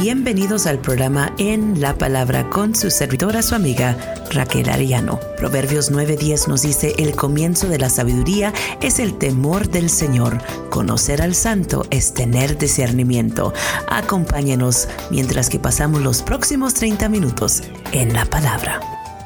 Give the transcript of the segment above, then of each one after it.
Bienvenidos al programa En la Palabra con su servidora, su amiga Raquel Arellano. Proverbios 9:10 nos dice: el comienzo de la sabiduría es el temor del Señor. Conocer al Santo es tener discernimiento. Acompáñenos mientras que pasamos los próximos 30 minutos en la Palabra.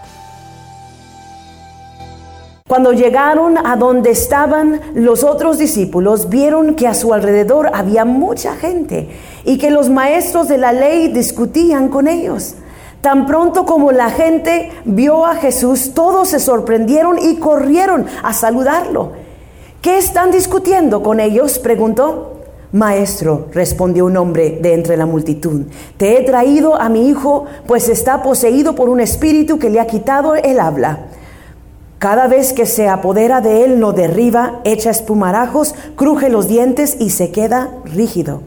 Cuando llegaron a donde estaban los otros discípulos, vieron que a su alrededor había mucha gente y que los maestros de la ley discutían con ellos. Tan pronto como la gente vio a Jesús, todos se sorprendieron y corrieron a saludarlo. ¿Qué están discutiendo con ellos?, preguntó. Maestro, respondió un hombre de entre la multitud, te he traído a mi hijo, pues está poseído por un espíritu que le ha quitado el habla. Cada vez que se apodera de él, lo derriba, echa espumarajos, cruje los dientes y se queda rígido.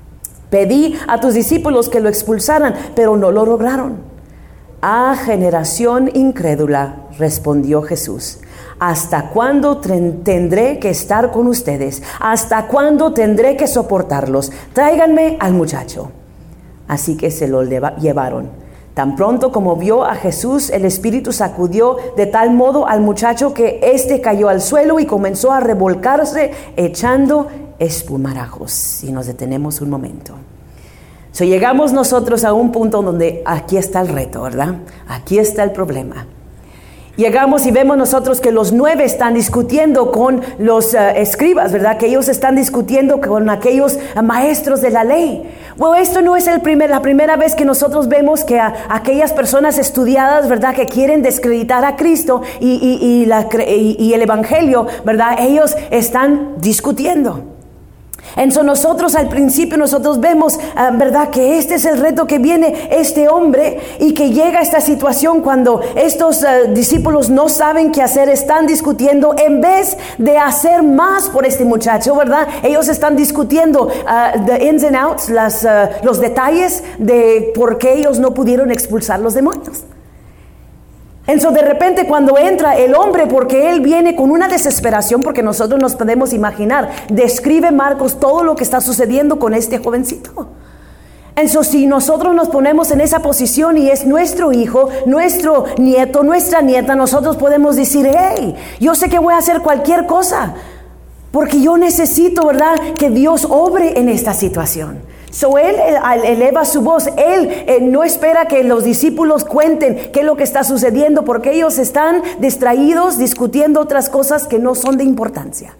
Pedí a tus discípulos que lo expulsaran, pero no lo lograron. Ah, generación incrédula, respondió Jesús. ¿Hasta cuándo tendré que estar con ustedes? ¿Hasta cuándo tendré que soportarlos? Tráiganme al muchacho. Así que se lo llevaron. Tan pronto como vio a Jesús, el espíritu sacudió de tal modo al muchacho que éste cayó al suelo y comenzó a revolcarse echando espumarajos. Y nos detenemos un momento. Llegamos nosotros a un punto donde aquí está el reto, ¿verdad? Aquí está el problema. Llegamos y vemos nosotros que los 9 están discutiendo con los escribas, ¿verdad? Que ellos están discutiendo con aquellos maestros de la ley. Bueno, esto no es la primera vez que nosotros vemos que aquellas personas estudiadas, ¿verdad? Que quieren desacreditar a Cristo y el Evangelio, ¿verdad? Ellos están discutiendo. Entonces nosotros al principio vemos, ¿verdad? Que este es el reto que viene este hombre y que llega a esta situación cuando estos discípulos no saben qué hacer, están discutiendo en vez de hacer más por este muchacho, ¿verdad? Ellos están discutiendo the ins and outs, los detalles de por qué ellos no pudieron expulsar los demonios. Entonces de repente cuando entra el hombre, porque él viene con una desesperación, porque nosotros nos podemos imaginar, describe Marcos todo lo que está sucediendo con este jovencito. Entonces si nosotros nos ponemos en esa posición y es nuestro hijo, nuestro nieto, nuestra nieta, nosotros podemos decir, hey, yo sé que voy a hacer cualquier cosa, porque yo necesito, ¿verdad?, que Dios obre en esta situación. Él eleva su voz, él no espera que los discípulos cuenten qué es lo que está sucediendo, porque ellos están distraídos discutiendo otras cosas que no son de importancia.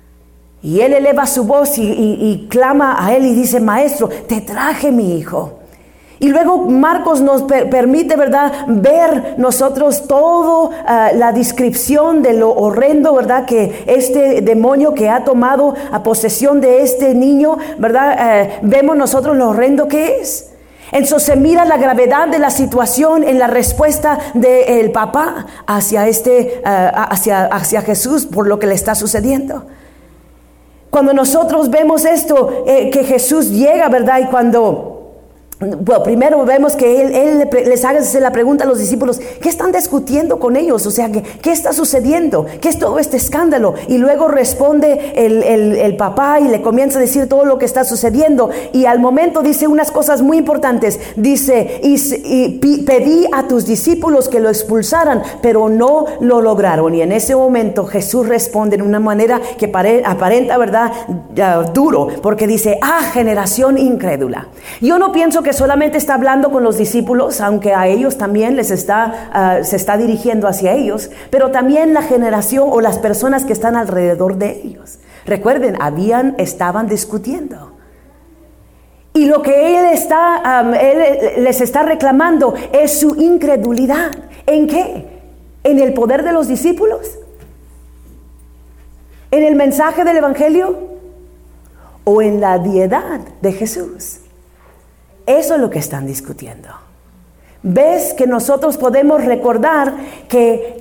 Y él eleva su voz y clama a él y dice, maestro, te traje mi hijo. Y luego Marcos nos permite, ¿verdad?, ver nosotros toda la descripción de lo horrendo, ¿verdad?, que este demonio que ha tomado a posesión de este niño, ¿verdad?, vemos nosotros lo horrendo que es. Entonces se mira la gravedad de la situación en la respuesta del papá hacia hacia Jesús por lo que le está sucediendo. Cuando nosotros vemos esto, que Jesús llega, ¿verdad?, y cuando... Bueno, primero vemos que él les hace la pregunta a los discípulos, ¿qué están discutiendo con ellos? O sea, ¿qué está sucediendo? ¿Qué es todo este escándalo? Y luego responde el papá y le comienza a decir todo lo que está sucediendo. Y al momento dice unas cosas muy importantes. Dice, y pedí a tus discípulos que lo expulsaran, pero no lo lograron. Y en ese momento Jesús responde de una manera que aparenta, ¿verdad?, duro, porque dice, generación incrédula. Yo no pienso que solamente está hablando con los discípulos, aunque a ellos también se está dirigiendo hacia ellos, pero también la generación o las personas que están alrededor de ellos. Recuerden, estaban discutiendo. Y lo que él les está reclamando es su incredulidad. ¿En qué? ¿En el poder de los discípulos? ¿En el mensaje del Evangelio? ¿O en la deidad de Jesús? Eso es lo que están discutiendo. Ves que nosotros podemos recordar que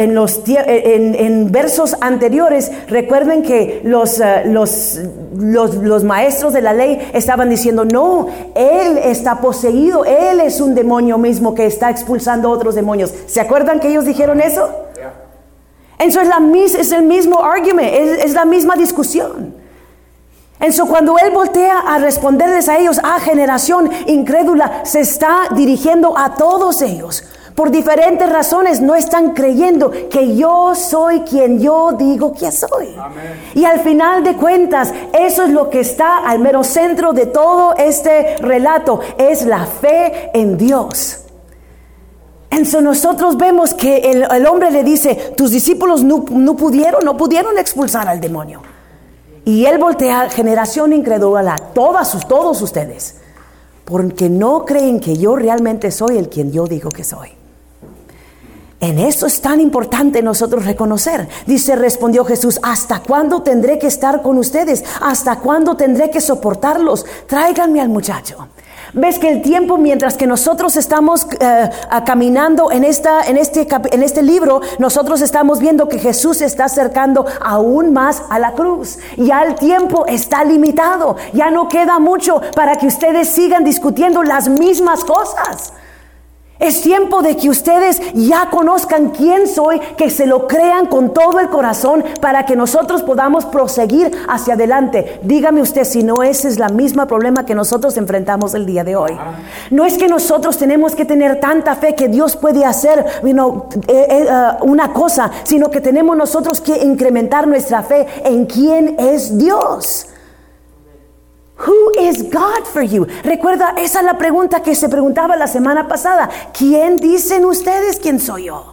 en versos anteriores, recuerden que los maestros de la ley estaban diciendo, no, él está poseído, él es un demonio mismo que está expulsando a otros demonios. ¿Se acuerdan que ellos dijeron eso? Entonces es el mismo argumento, es la misma discusión. Cuando Él voltea a responderles a ellos, generación incrédula, se está dirigiendo a todos ellos. Por diferentes razones no están creyendo que yo soy quien yo digo que soy. Amén. Y al final de cuentas, eso es lo que está al mero centro de todo este relato, es la fe en Dios. Nosotros vemos que el hombre le dice, tus discípulos no pudieron expulsar al demonio. Y él voltea, generación incrédula, todos ustedes, porque no creen que yo realmente soy el quien yo digo que soy. En eso es tan importante nosotros reconocer. Dice, respondió Jesús, ¿hasta cuándo tendré que estar con ustedes? ¿Hasta cuándo tendré que soportarlos? Tráiganme al muchacho. Ves que el tiempo, mientras que nosotros estamos caminando en este libro, nosotros estamos viendo que Jesús se está acercando aún más a la cruz. Ya el tiempo está limitado. Ya no queda mucho para que ustedes sigan discutiendo las mismas cosas. Es tiempo de que ustedes ya conozcan quién soy, que se lo crean con todo el corazón para que nosotros podamos proseguir hacia adelante. Dígame usted si no ese es la misma problema que nosotros enfrentamos el día de hoy. No es que nosotros tenemos que tener tanta fe que Dios puede hacer una cosa, sino que tenemos nosotros que incrementar nuestra fe en quién es Dios. Who is God for you? Recuerda, esa es la pregunta que se preguntaba la semana pasada. ¿Quién dicen ustedes quién soy yo?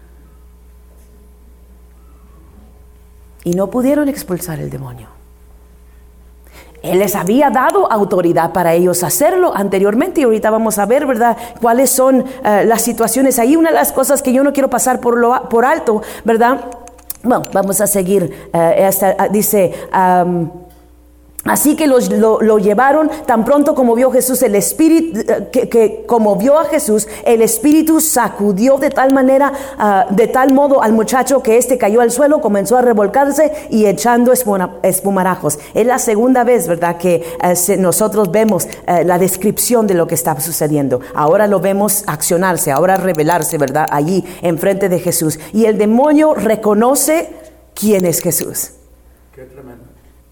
Y no pudieron expulsar el demonio. Él les había dado autoridad para ellos hacerlo anteriormente y ahorita vamos a ver, ¿verdad?, cuáles son las situaciones ahí. Una de las cosas que yo no quiero pasar por alto, ¿verdad? Bueno, vamos a seguir. Dice... Así que lo llevaron. Tan pronto como vio Jesús el espíritu, como vio a Jesús, el espíritu sacudió de tal modo al muchacho que éste cayó al suelo, comenzó a revolcarse y echando espumarajos. Es la segunda vez, ¿verdad?, que nosotros vemos la descripción de lo que está sucediendo. Ahora lo vemos accionarse, ahora revelarse, ¿verdad?, allí enfrente de Jesús. Y el demonio reconoce quién es Jesús. Qué tremendo.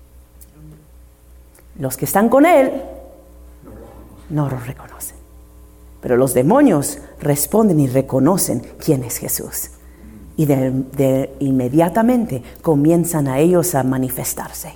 Los que están con él no lo reconocen. Pero los demonios responden y reconocen quién es Jesús. Y de inmediatamente comienzan a ellos a manifestarse.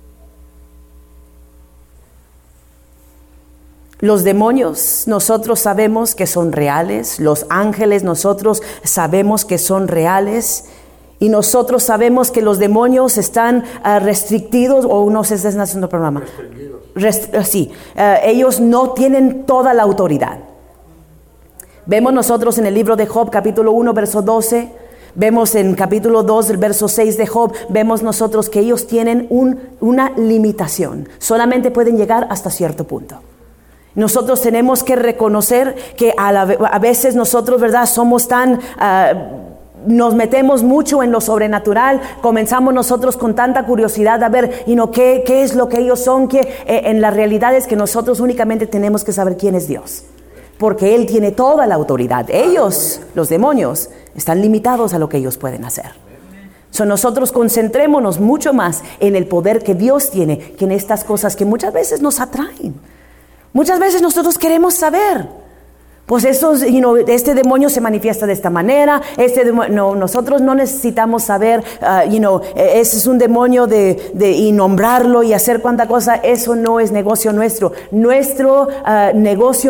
Los demonios nosotros sabemos que son reales. Los ángeles nosotros sabemos que son reales. Y nosotros sabemos que los demonios están restrictidos, o no sé si están haciendo el programa. Sí, ellos no tienen toda la autoridad. Vemos nosotros en el libro de Job, capítulo 1, verso 12. Vemos en capítulo 2, el verso 6 de Job. Vemos nosotros que ellos tienen una limitación. Solamente pueden llegar hasta cierto punto. Nosotros tenemos que reconocer que a veces nosotros, ¿verdad?, somos tan... nos metemos mucho en lo sobrenatural, comenzamos nosotros con tanta curiosidad a ver, qué es lo que ellos son, que en la realidad es que nosotros únicamente tenemos que saber quién es Dios, porque Él tiene toda la autoridad. Ellos, los demonios, están limitados a lo que ellos pueden hacer. Nosotros concentrémonos mucho más en el poder que Dios tiene que en estas cosas que muchas veces nos atraen. Muchas veces nosotros queremos saber. Pues este demonio se manifiesta de esta manera. Nosotros no necesitamos saber, ese es un demonio y nombrarlo y hacer cuanta cosa. Eso no es negocio nuestro. Nuestro negocio,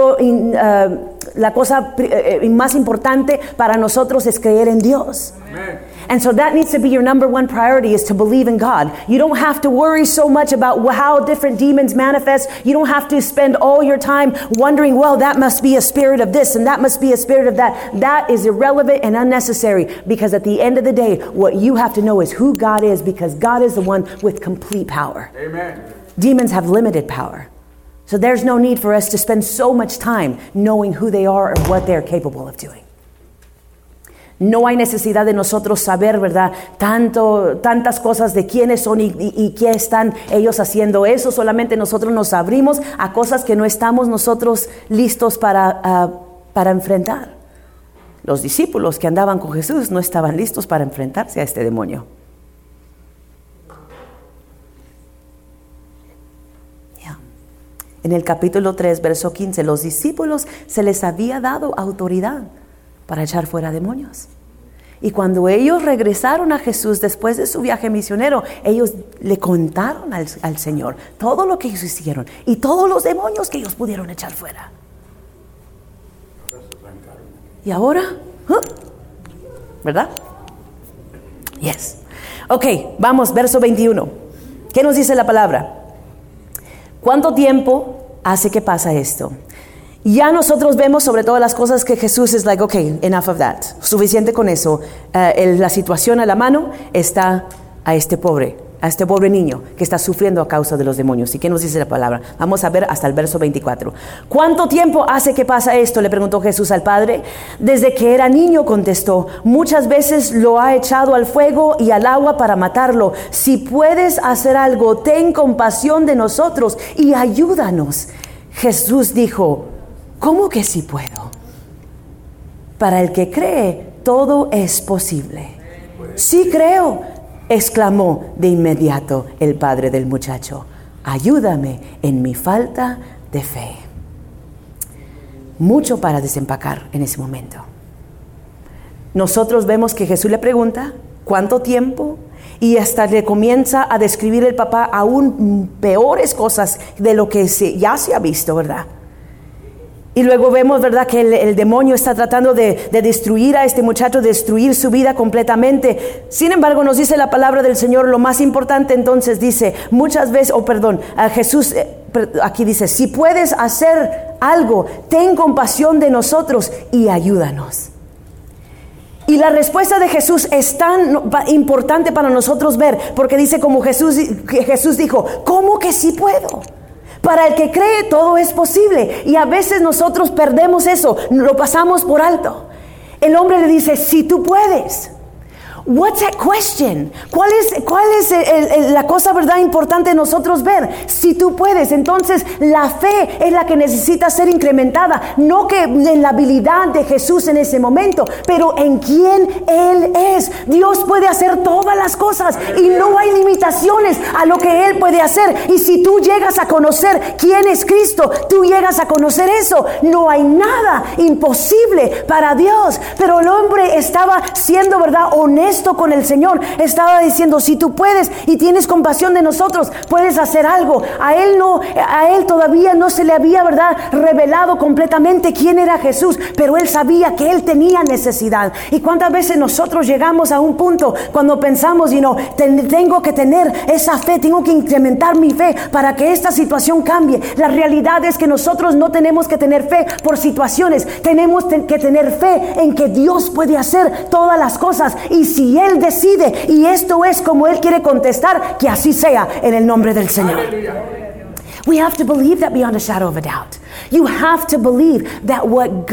la cosa más importante para nosotros es creer en Dios. Amen. And so that needs to be your number one priority, is to believe in God. You don't have to worry so much about how different demons manifest. You don't have to spend all your time wondering, well, that must be a spirit of this and that must be a spirit of that. That is irrelevant and unnecessary, because at the end of the day, what you have to know is who God is, because God is the one with complete power. Amen. Demons have limited power. So there's no need for us to spend so much time knowing who they are and what they're capable of doing. No hay necesidad de nosotros saber, ¿verdad?, tantas cosas de quiénes son y qué están ellos haciendo. Eso solamente nosotros nos abrimos a cosas que no estamos nosotros listos para enfrentar. Los discípulos que andaban con Jesús no estaban listos para enfrentarse a este demonio. En el capítulo 3, verso 15, los discípulos se les había dado autoridad para echar fuera demonios. Y cuando ellos regresaron a Jesús después de su viaje misionero, ellos le contaron al Señor todo lo que ellos hicieron y todos los demonios que ellos pudieron echar fuera. Y ahora, ¿verdad? Yes. Ok, vamos, verso 21. ¿Qué nos dice la palabra? ¿Cuánto tiempo hace que pasa esto? Ya nosotros vemos sobre todas las cosas que Jesús es like, okay, enough of that. Suficiente con eso. La situación a la mano está a este pobre niño que está sufriendo a causa de los demonios. ¿Y qué nos dice la palabra? Vamos a ver hasta el verso 24. ¿Cuánto tiempo hace que pasa esto?, le preguntó Jesús al Padre. Desde que era niño, contestó. Muchas veces lo ha echado al fuego y al agua para matarlo. Si puedes hacer algo, ten compasión de nosotros y ayúdanos. Jesús dijo, ¿cómo que sí puedo? Para el que cree, todo es posible. Sí creo, exclamó de inmediato el padre del muchacho. Ayúdame en mi falta de fe. Mucho para desempacar en ese momento. Nosotros vemos que Jesús le pregunta, ¿cuánto tiempo? Y hasta le comienza a describir el papá aún peores cosas de lo que ya se ha visto, ¿verdad? Y luego vemos, ¿verdad?, que el demonio está tratando de destruir a este muchacho, destruir su vida completamente. Sin embargo, nos dice la palabra del Señor, lo más importante entonces dice, muchas veces, Jesús aquí dice, si puedes hacer algo, ten compasión de nosotros y ayúdanos. Y la respuesta de Jesús es tan importante para nosotros ver, porque dice como Jesús dijo, ¿cómo que sí puedo? Para el que cree, todo es posible. Y a veces nosotros perdemos eso, lo pasamos por alto. El hombre le dice, si tú puedes. What's that question? ¿Cuál es la cosa, verdad, importante de nosotros ver? Si tú puedes. Entonces la fe es la que necesita ser incrementada, no que en la habilidad de Jesús en ese momento, pero en quién Él es. Dios puede hacer todas las cosas y no hay limitaciones a lo que Él puede hacer. Y si tú llegas a conocer quién es Cristo, tú llegas a conocer eso. No hay nada imposible para Dios. Pero el hombre estaba siendo, verdad, honesto con el Señor. Estaba diciendo, si tú puedes y tienes compasión de nosotros, puedes hacer algo. A él todavía no se le había, verdad, revelado completamente quién era Jesús, pero él sabía que él tenía necesidad. Y cuántas veces nosotros llegamos a un punto cuando pensamos, tengo que tener esa fe, tengo que incrementar mi fe para que esta situación cambie. La realidad es que nosotros no tenemos que tener fe por situaciones, tenemos que tener fe en que Dios puede hacer todas las cosas. Y si Él decide, y esto es como Él quiere contestar, que así sea en el nombre del Señor. We have to believe that beyond a shadow of a doubt. You have to believe that who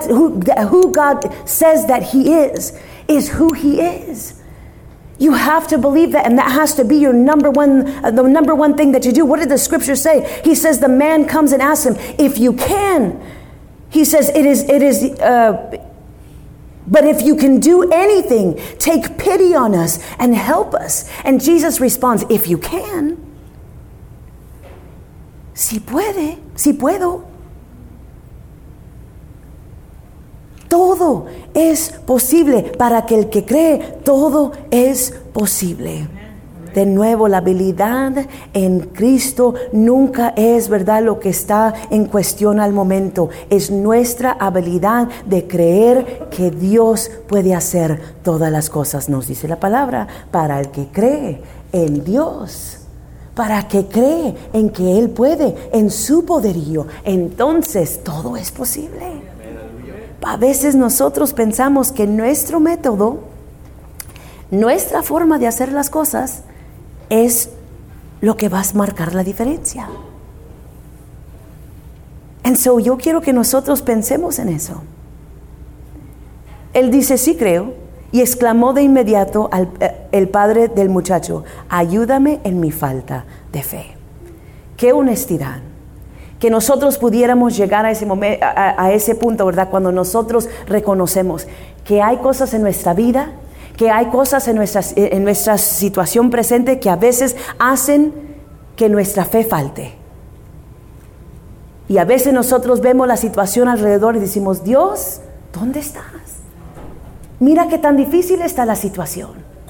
God says that He is who He is. You have to believe that, and that has to be your the number one thing that you do. What did the scripture say? He says the man comes and asks him, if you can. He says but if you can do anything, take pity on us and help us. And Jesus responds, if you can. Si puede, si puedo. Todo es posible para aquel que cree, todo es posible. De nuevo, la habilidad en Cristo nunca es, verdad, lo que está en cuestión al momento. Es nuestra habilidad de creer que Dios puede hacer todas las cosas. Nos dice la palabra, para el que cree en Dios, para el que cree en que Él puede, en su poderío, entonces todo es posible. A veces nosotros pensamos que nuestro método, nuestra forma de hacer las cosas, es lo que va a marcar la diferencia. And so yo quiero que nosotros pensemos en eso. Él dice, sí creo, y exclamó de inmediato el padre del muchacho, ayúdame en mi falta de fe. Qué honestidad. Que nosotros pudiéramos llegar a ese momento, a ese punto, ¿verdad? Cuando nosotros reconocemos que hay cosas en nuestra vida, que hay cosas en nuestra situación presente que a veces hacen que nuestra fe falte. Y a veces nosotros vemos la situación alrededor y decimos, Dios, ¿dónde estás? Mira qué tan difícil está la situación.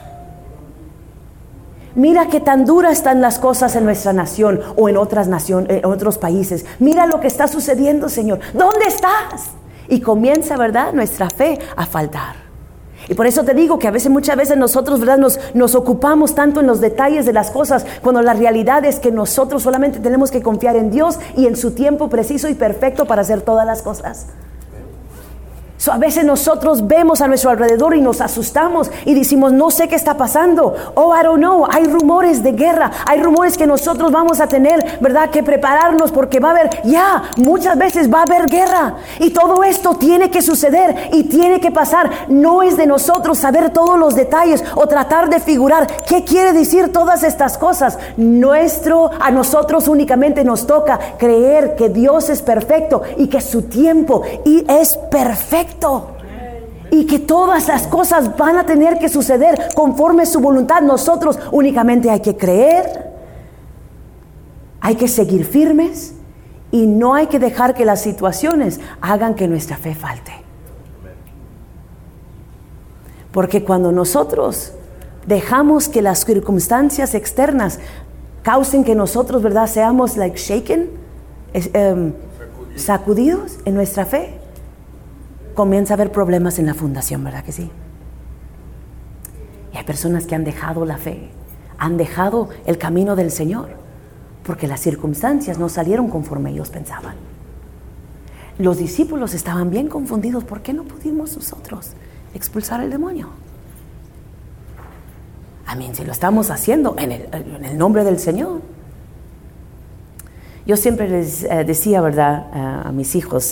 Mira qué tan duras están las cosas en nuestra nación o en otras naciones, en otros países. Mira lo que está sucediendo, Señor. ¿Dónde estás? Y comienza, ¿verdad?, nuestra fe a faltar. Y por eso te digo que muchas veces nosotros, ¿verdad?, nos ocupamos tanto en los detalles de las cosas, cuando la realidad es que nosotros solamente tenemos que confiar en Dios y en su tiempo preciso y perfecto para hacer todas las cosas. A veces nosotros vemos a nuestro alrededor y nos asustamos y decimos, no sé qué está pasando. Oh, I don't know. Hay rumores de guerra. Hay rumores que nosotros vamos a tener, ¿verdad?, que prepararnos porque va a haber, muchas veces va a haber guerra. Y todo esto tiene que suceder y tiene que pasar. No es de nosotros saber todos los detalles o tratar de figurar qué quiere decir todas estas cosas. A nosotros únicamente nos toca creer que Dios es perfecto y que su tiempo es perfecto. Y que todas las cosas van a tener que suceder conforme su voluntad. Nosotros únicamente hay que creer, hay que seguir firmes y no hay que dejar que las situaciones hagan que nuestra fe falte. Porque cuando nosotros dejamos que las circunstancias externas causen que nosotros, ¿verdad?, seamos shaken, sacudidos en nuestra fe, comienza a haber problemas en la fundación, ¿verdad que sí? Y hay personas que han dejado la fe, han dejado el camino del Señor, porque las circunstancias no salieron conforme ellos pensaban. Los discípulos estaban bien confundidos. ¿Por qué no pudimos nosotros expulsar al demonio? Si lo estamos haciendo en el nombre del Señor. Yo siempre les decía, ¿verdad?, a mis hijos,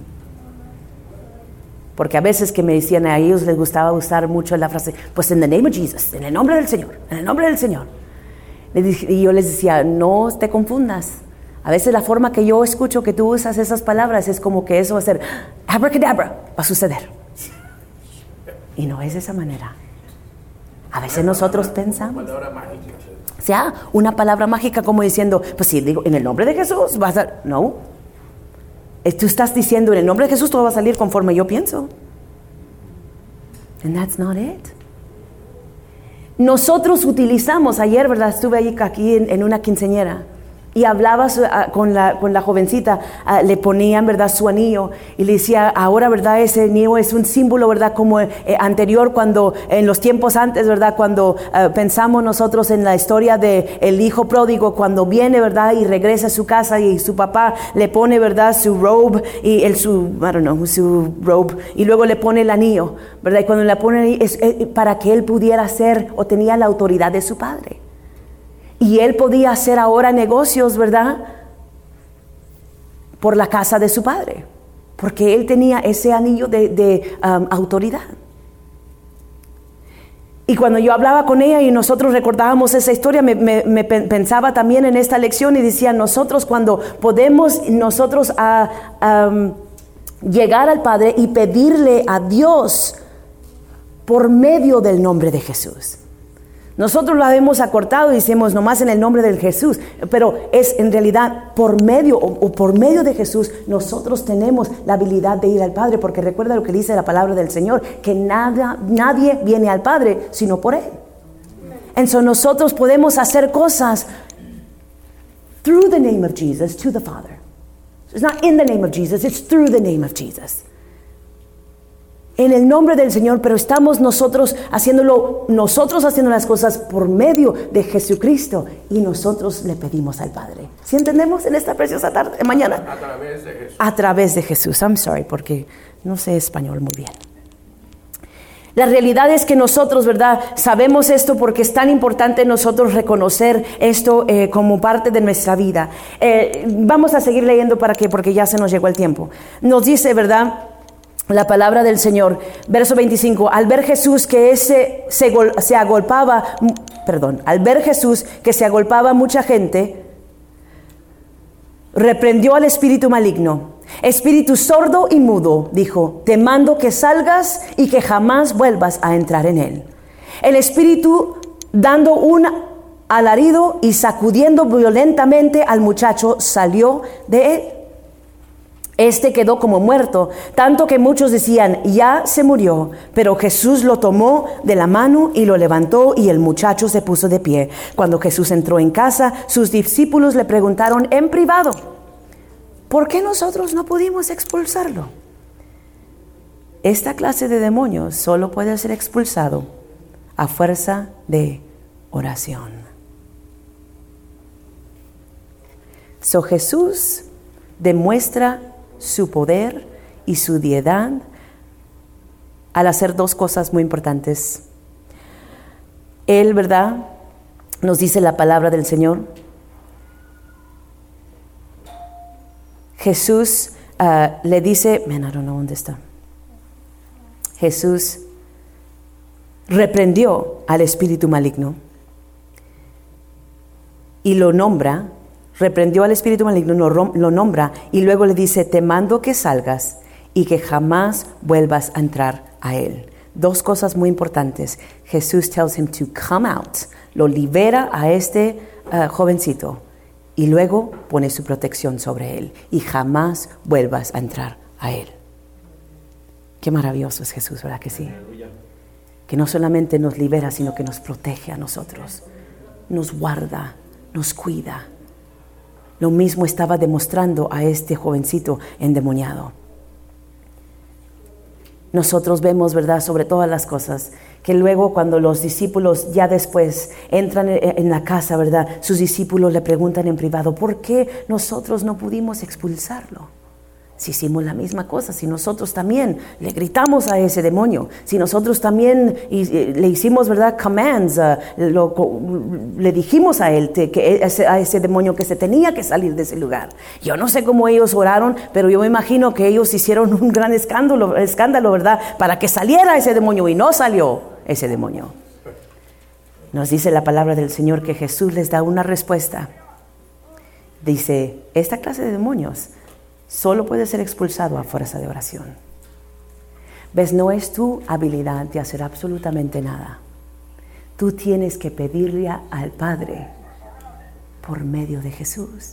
porque a veces que me decían, a ellos les gustaba usar mucho la frase, pues in the name of Jesus, en el nombre del Señor, en el nombre del Señor. Y yo les decía, no te confundas. A veces la forma que yo escucho que tú usas esas palabras es como que eso va a ser, abracadabra, va a suceder. Y no es de esa manera. A veces nosotros pensamos. Una palabra mágica como diciendo, pues sí, digo, en el nombre de Jesús vas a... No. Tú estás diciendo, en el nombre de Jesús todo va a salir conforme yo pienso. And that's not it. Nosotros utilizamos, ayer, ¿verdad?, estuve aquí en una quinceañera y hablaba con la jovencita, le ponían, ¿verdad?, su anillo y le decía, ahora, ¿verdad?, ese anillo es un símbolo, ¿verdad?, como anterior, cuando en los tiempos antes, ¿verdad?, cuando pensamos nosotros en la historia de el hijo pródigo, cuando viene, ¿verdad?, y regresa a su casa y su papá le pone, ¿verdad?, su robe y su robe, y luego le pone el anillo, ¿verdad?, y cuando le pone ahí es para que él pudiera hacer o tenía la autoridad de su padre. Y él podía hacer ahora negocios, ¿verdad?, por la casa de su padre, porque él tenía ese anillo de autoridad. Y cuando yo hablaba con ella y nosotros recordábamos esa historia, me pensaba también en esta lección y decía, nosotros cuando podemos llegar al Padre y pedirle a Dios por medio del nombre de Jesús. Nosotros lo hemos acortado y decimos nomás en el nombre de Jesús, pero es en realidad por medio de Jesús nosotros tenemos la habilidad de ir al Padre, porque recuerda lo que dice la palabra del Señor, que nadie viene al Padre sino por Él. Entonces nosotros podemos hacer cosas through the name of Jesus to the Father. It's not in the name of Jesus, it's through the name of Jesus. En el nombre del Señor, pero estamos nosotros haciendo las cosas por medio de Jesucristo y nosotros le pedimos al Padre. ¿Sí entendemos en esta preciosa tarde, mañana? A través de Jesús. A través de Jesús. I'm sorry, porque no sé español muy bien. La realidad es que nosotros, ¿verdad?, sabemos esto porque es tan importante nosotros reconocer esto como parte de nuestra vida. Vamos a seguir leyendo porque ya se nos llegó el tiempo. Nos dice, ¿verdad?, la palabra del Señor, verso 25, al ver Jesús que se agolpaba mucha gente, reprendió al espíritu maligno. Espíritu sordo y mudo, dijo, te mando que salgas y que jamás vuelvas a entrar en él. El espíritu, dando un alarido y sacudiendo violentamente al muchacho, salió de él. Este quedó como muerto, tanto que muchos decían, ya se murió. Pero Jesús lo tomó de la mano y lo levantó, y el muchacho se puso de pie. Cuando Jesús entró en casa, sus discípulos le preguntaron en privado, ¿por qué nosotros no pudimos expulsarlo? Esta clase de demonios solo puede ser expulsado a fuerza de oración. So Jesús demuestra su poder y su deidad al hacer dos cosas muy importantes. Él, ¿verdad?, nos dice la palabra del Señor. Jesús le dice, I don't know dónde está. Jesús reprendió al espíritu maligno y lo nombra. Reprendió al espíritu maligno, lo nombra, y luego le dice, te mando que salgas y que jamás vuelvas a entrar a él. Dos cosas muy importantes. Jesús tells him to come out, lo libera a este jovencito, y luego pone su protección sobre él, y jamás vuelvas a entrar a él. Qué maravilloso es Jesús, ¿verdad que sí? Que no solamente nos libera, sino que nos protege a nosotros, nos guarda, nos cuida. Lo mismo estaba demostrando a este jovencito endemoniado. Nosotros vemos, ¿verdad?, sobre todas las cosas, que luego cuando los discípulos ya después entran en la casa, ¿verdad?, sus discípulos le preguntan en privado, ¿por qué nosotros no pudimos expulsarlo? Si hicimos la misma cosa, si nosotros también le gritamos a ese demonio, si nosotros también le hicimos, ¿verdad?, commands, le dijimos a él, a ese demonio que se tenía que salir de ese lugar. Yo no sé cómo ellos oraron, pero yo me imagino que ellos hicieron un gran escándalo, ¿verdad?, para que saliera ese demonio, y no salió ese demonio. Nos dice la palabra del Señor que Jesús les da una respuesta. Dice, esta clase de demonios solo puede ser expulsado a fuerza de oración. ¿Ves? No es tu habilidad de hacer absolutamente nada. Tú tienes que pedirle al Padre por medio de Jesús.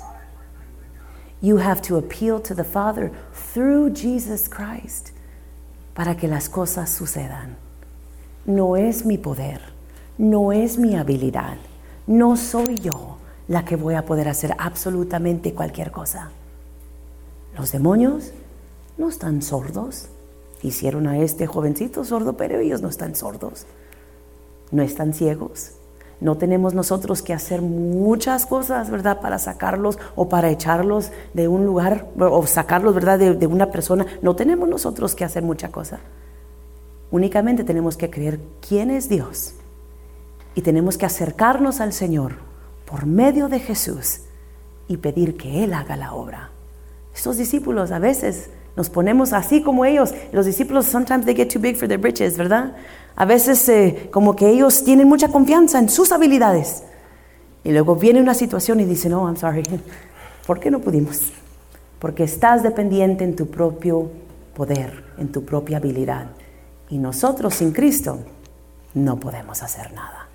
You have to appeal to the Father through Jesus Christ para que las cosas sucedan. No es mi poder, no es mi habilidad, no soy yo la que voy a poder hacer absolutamente cualquier cosa. Los demonios no están sordos. Hicieron a este jovencito sordo, pero ellos no están sordos. No están ciegos. No tenemos nosotros que hacer muchas cosas, ¿verdad?, para sacarlos o para echarlos de un lugar o sacarlos, ¿verdad?, de una persona. No tenemos nosotros que hacer mucha cosa. Únicamente tenemos que creer quién es Dios y tenemos que acercarnos al Señor por medio de Jesús y pedir que Él haga la obra. Estos discípulos a veces nos ponemos así como ellos. Los discípulos, sometimes they get too big for their britches, ¿verdad? A veces como que ellos tienen mucha confianza en sus habilidades. Y luego viene una situación y dicen, I'm sorry. ¿Por qué no pudimos? Porque estás dependiente en tu propio poder, en tu propia habilidad. Y nosotros sin Cristo no podemos hacer nada.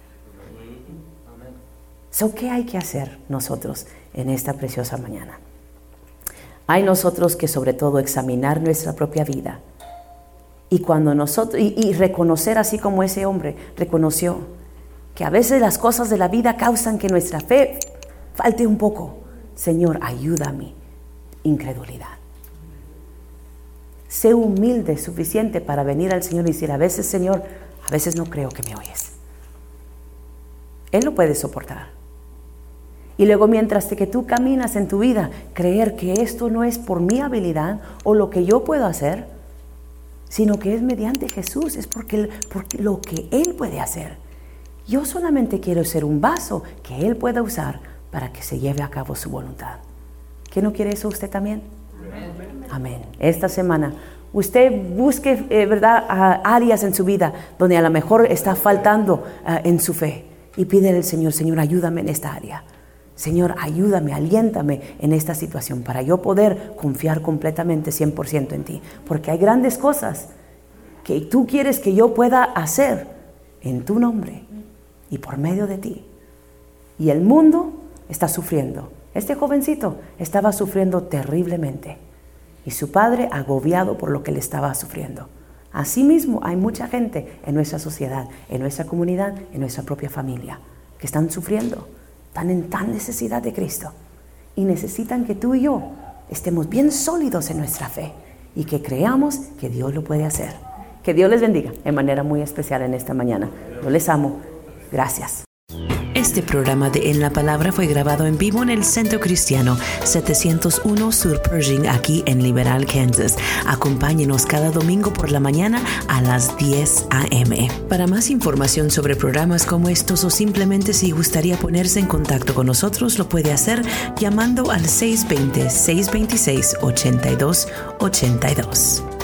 So, ¿qué hay que hacer nosotros en esta preciosa mañana? Hay nosotros que sobre todo examinar nuestra propia vida y cuando nosotros y reconocer, así como ese hombre reconoció que a veces las cosas de la vida causan que nuestra fe falte un poco. Señor, ayuda a mi incredulidad. Sé humilde suficiente para venir al Señor y decir, a veces, Señor, a veces no creo que me oyes. Él lo puede soportar. Y luego mientras que tú caminas en tu vida, creer que esto no es por mi habilidad o lo que yo puedo hacer, sino que es mediante Jesús, es porque lo que Él puede hacer. Yo solamente quiero ser un vaso que Él pueda usar para que se lleve a cabo su voluntad. ¿Qué no quiere eso usted también? Amén. Esta semana usted busque, ¿verdad?, áreas en su vida donde a lo mejor está faltando en su fe y pídele al Señor, Señor, ayúdame en esta área. Señor, ayúdame, aliéntame en esta situación para yo poder confiar completamente 100% en ti. Porque hay grandes cosas que tú quieres que yo pueda hacer en tu nombre y por medio de ti. Y el mundo está sufriendo. Este jovencito estaba sufriendo terriblemente. y su padre agobiado por lo que él estaba sufriendo. Asimismo, hay mucha gente en nuestra sociedad, en nuestra comunidad, en nuestra propia familia, que están sufriendo, están en tan necesidad de Cristo y necesitan que tú y yo estemos bien sólidos en nuestra fe y que creamos que Dios lo puede hacer. Que Dios les bendiga de manera muy especial en esta mañana. Yo les amo. Gracias. Este programa de En la Palabra fue grabado en vivo en el Centro Cristiano 701 Sur Pershing, aquí en Liberal, Kansas. Acompáñenos cada domingo por la mañana a las 10 a.m. Para más información sobre programas como estos o simplemente si gustaría ponerse en contacto con nosotros, lo puede hacer llamando al 620-626-8282.